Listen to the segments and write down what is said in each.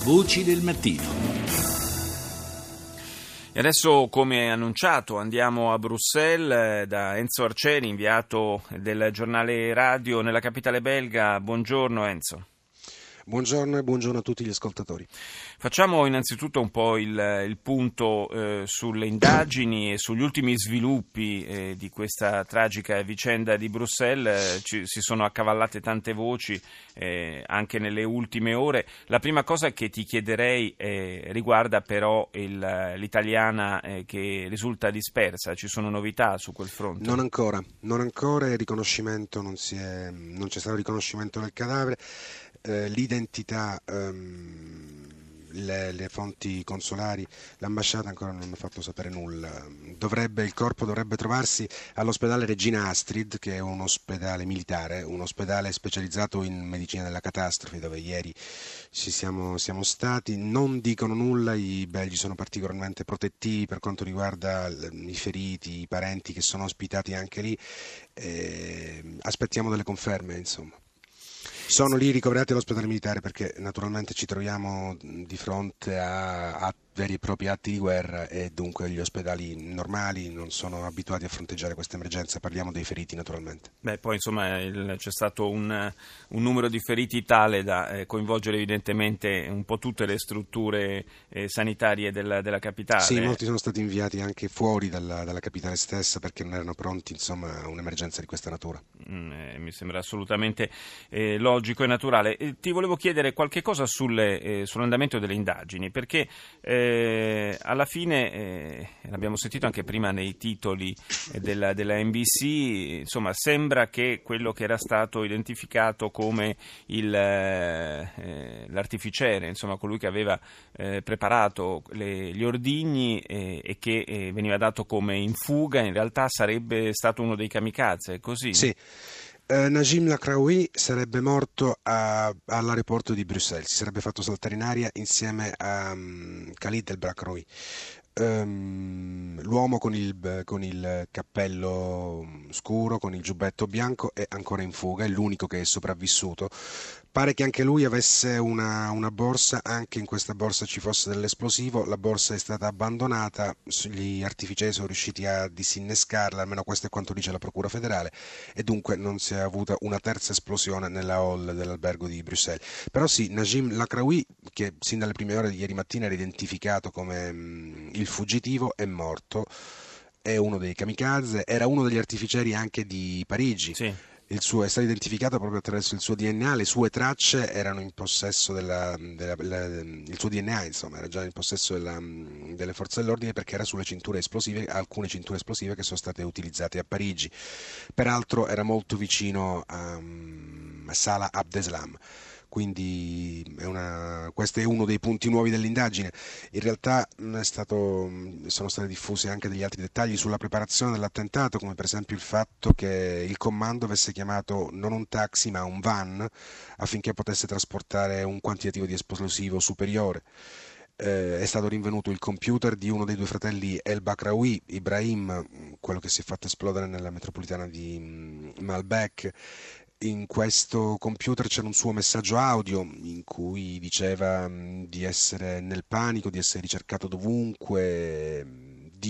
Voci del mattino. E adesso, come annunciato, andiamo a Bruxelles da Enzo Arceri, inviato del giornale radio nella capitale belga. Buongiorno Enzo. Buongiorno e buongiorno a tutti gli ascoltatori. Facciamo innanzitutto un po' il punto sulle indagini e sugli ultimi sviluppi di questa tragica vicenda di Bruxelles. Si sono accavallate tante voci anche nelle ultime ore. La prima cosa che ti chiederei riguarda però l'italiana che risulta dispersa. Ci sono novità su quel fronte? Non ancora. Il riconoscimento non c'è stato riconoscimento del cadavere. L'identità, le fonti consolari, l'ambasciata ancora non hanno fatto sapere nulla. Il corpo dovrebbe trovarsi all'ospedale Regina Astrid, che è un ospedale militare, un ospedale specializzato in medicina della catastrofe, dove ieri siamo stati. Non dicono nulla, i belgi sono particolarmente protettivi per quanto riguarda i feriti, i parenti che sono ospitati anche lì. Aspettiamo delle conferme, insomma. Sono lì ricoverati all'ospedale militare perché naturalmente ci troviamo di fronte a veri e propri atti di guerra e dunque gli ospedali normali non sono abituati a fronteggiare questa emergenza. Parliamo dei feriti naturalmente. Poi insomma c'è stato un numero di feriti tale da coinvolgere evidentemente un po' tutte le strutture sanitarie della capitale. Sì, molti sono stati inviati anche fuori dalla capitale stessa perché non erano pronti insomma a un'emergenza di questa natura. Mi sembra assolutamente logico e naturale. Ti volevo chiedere qualche cosa sull'andamento delle indagini, perché alla fine, l'abbiamo sentito anche prima nei titoli della NBC, insomma sembra che quello che era stato identificato come l'artificiere, insomma colui che aveva preparato gli ordigni e che veniva dato come in fuga, in realtà sarebbe stato uno dei kamikaze, è così? Sì. Najim Lakraoui sarebbe morto all'aeroporto di Bruxelles, si sarebbe fatto saltare in aria insieme a Khalid El Bakraoui. L'uomo con il cappello scuro, con il giubbetto bianco, è ancora in fuga, è l'unico che è sopravvissuto. Pare che anche lui avesse una borsa, anche in questa borsa ci fosse dell'esplosivo, la borsa è stata abbandonata, gli artificieri sono riusciti a disinnescarla, almeno questo è quanto dice la Procura federale, e dunque non si è avuta una terza esplosione nella hall dell'albergo di Bruxelles. Però sì, Najim Lakraoui, che sin dalle prime ore di ieri mattina era identificato come il fuggitivo, è morto, è uno dei kamikaze, era uno degli artificieri anche di Parigi. Sì. È stato identificato proprio attraverso il suo DNA, le sue tracce erano in possesso il suo DNA insomma era già in possesso delle forze dell'ordine perché era sulle cinture esplosive, alcune cinture esplosive che sono state utilizzate a Parigi. Peraltro era molto vicino a Salah Abdeslam. Quindi questo è uno dei punti nuovi dell'indagine. In realtà sono stati diffusi anche degli altri dettagli sulla preparazione dell'attentato, come per esempio il fatto che il comando avesse chiamato non un taxi ma un van affinché potesse trasportare un quantitativo di esplosivo superiore. È stato rinvenuto il computer di uno dei due fratelli El Bakraoui, Ibrahim, quello che si è fatto esplodere nella metropolitana di Malbec. In questo computer c'era un suo messaggio audio in cui diceva di essere nel panico, di essere ricercato dovunque, di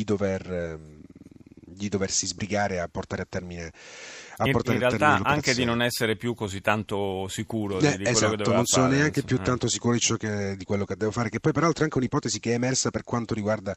doversi sbrigare a portare a termine in realtà anche di l'operazione. non essere più così tanto sicuro di quello che Esatto, doveva non sono fare, neanche insomma. più tanto sicuro di quello che devo fare, che poi peraltro è anche un'ipotesi che è emersa per quanto riguarda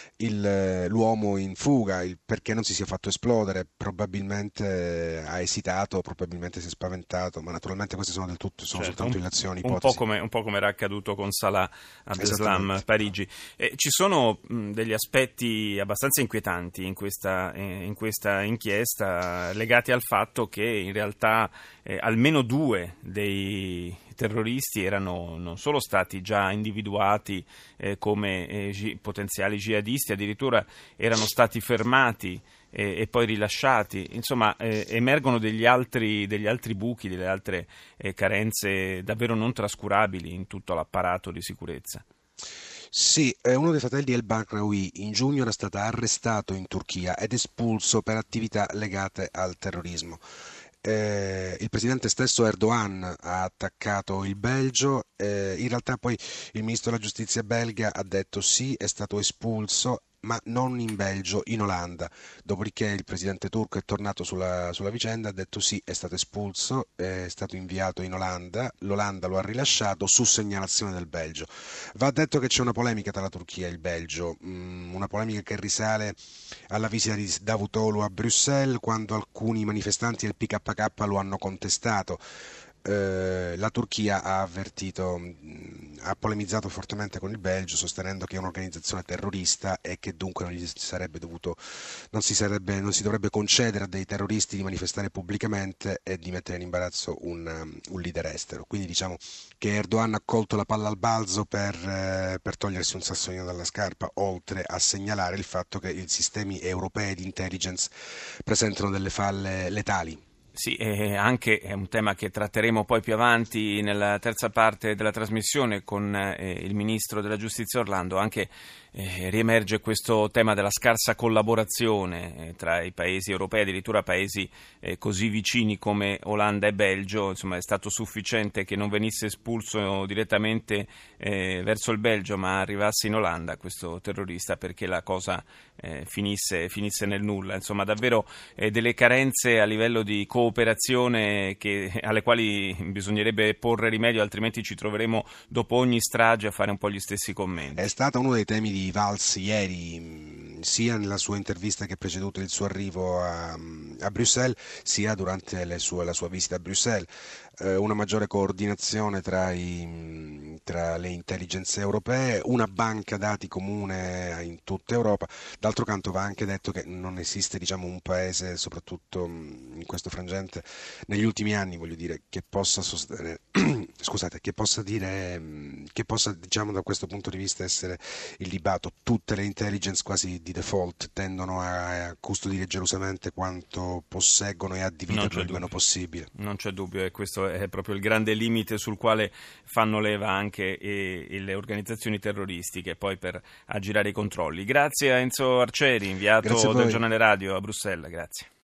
l'uomo in fuga, il perché non si sia fatto esplodere, probabilmente ha esitato, probabilmente si è spaventato, ma naturalmente queste sono soltanto illazioni, ipotesi. Un po' come era accaduto con Salah Abdeslam Parigi. Ci sono degli aspetti abbastanza inquietanti in questa inchiesta legati al fatto che in realtà almeno due dei terroristi erano non solo stati già individuati come potenziali jihadisti, addirittura erano stati fermati e poi rilasciati. Insomma, emergono degli altri buchi, delle altre carenze davvero non trascurabili in tutto l'apparato di sicurezza. Sì, uno dei fratelli El Bakraoui in giugno era stato arrestato in Turchia ed espulso per attività legate al terrorismo. il presidente stesso Erdogan ha attaccato il Belgio, in realtà poi il ministro della giustizia belga ha detto sì, è stato espulso, ma non in Belgio, in Olanda. Dopodiché il presidente turco è tornato sulla vicenda, ha detto sì, è stato espulso, è stato inviato in Olanda, l'Olanda lo ha rilasciato su segnalazione del Belgio. Va detto che c'è una polemica tra la Turchia e il Belgio, una polemica che risale alla visita di Davutoglu a Bruxelles, quando alcuni manifestanti del PKK lo hanno contestato. La Turchia ha avvertito, ha polemizzato fortemente con il Belgio, sostenendo che è un'organizzazione terrorista e che dunque non si dovrebbe concedere a dei terroristi di manifestare pubblicamente e di mettere in imbarazzo un leader estero. Quindi diciamo che Erdogan ha colto la palla al balzo per togliersi un sassolino dalla scarpa, oltre a segnalare il fatto che i sistemi europei di intelligence presentano delle falle letali. Sì, anche è un tema che tratteremo poi più avanti nella terza parte della trasmissione con il ministro della giustizia Orlando. Anche riemerge questo tema della scarsa collaborazione tra i paesi europei, addirittura paesi così vicini come Olanda e Belgio. Insomma, è stato sufficiente che non venisse espulso direttamente verso il Belgio, ma arrivasse in Olanda questo terrorista, perché la cosa finisse nel nulla. Insomma, davvero delle carenze a livello di cooperazione alle quali bisognerebbe porre rimedio, altrimenti ci troveremo dopo ogni strage a fare un po' gli stessi commenti. È stato uno dei temi di Valls ieri, sia nella sua intervista che ha preceduto il suo arrivo a Bruxelles, sia durante la sua visita a Bruxelles. Una maggiore coordinazione tra le intelligenze europee, una banca dati comune in tutta Europa. D'altro canto va anche detto che non esiste, diciamo, un paese, soprattutto in questo frangente, negli ultimi anni, voglio dire, che possa sostenere, scusate, che possa dire, che possa, diciamo, da questo punto di vista essere illibato. Tutte le intelligence quasi di default tendono a custodire gelosamente quanto posseggono e a dividerlo il meno possibile. Non c'è dubbio, e questo è proprio il grande limite sul quale fanno leva anche le organizzazioni terroristiche poi per aggirare i controlli. Grazie a Enzo Arcieri, inviato del Giornale Radio a Bruxelles. Grazie.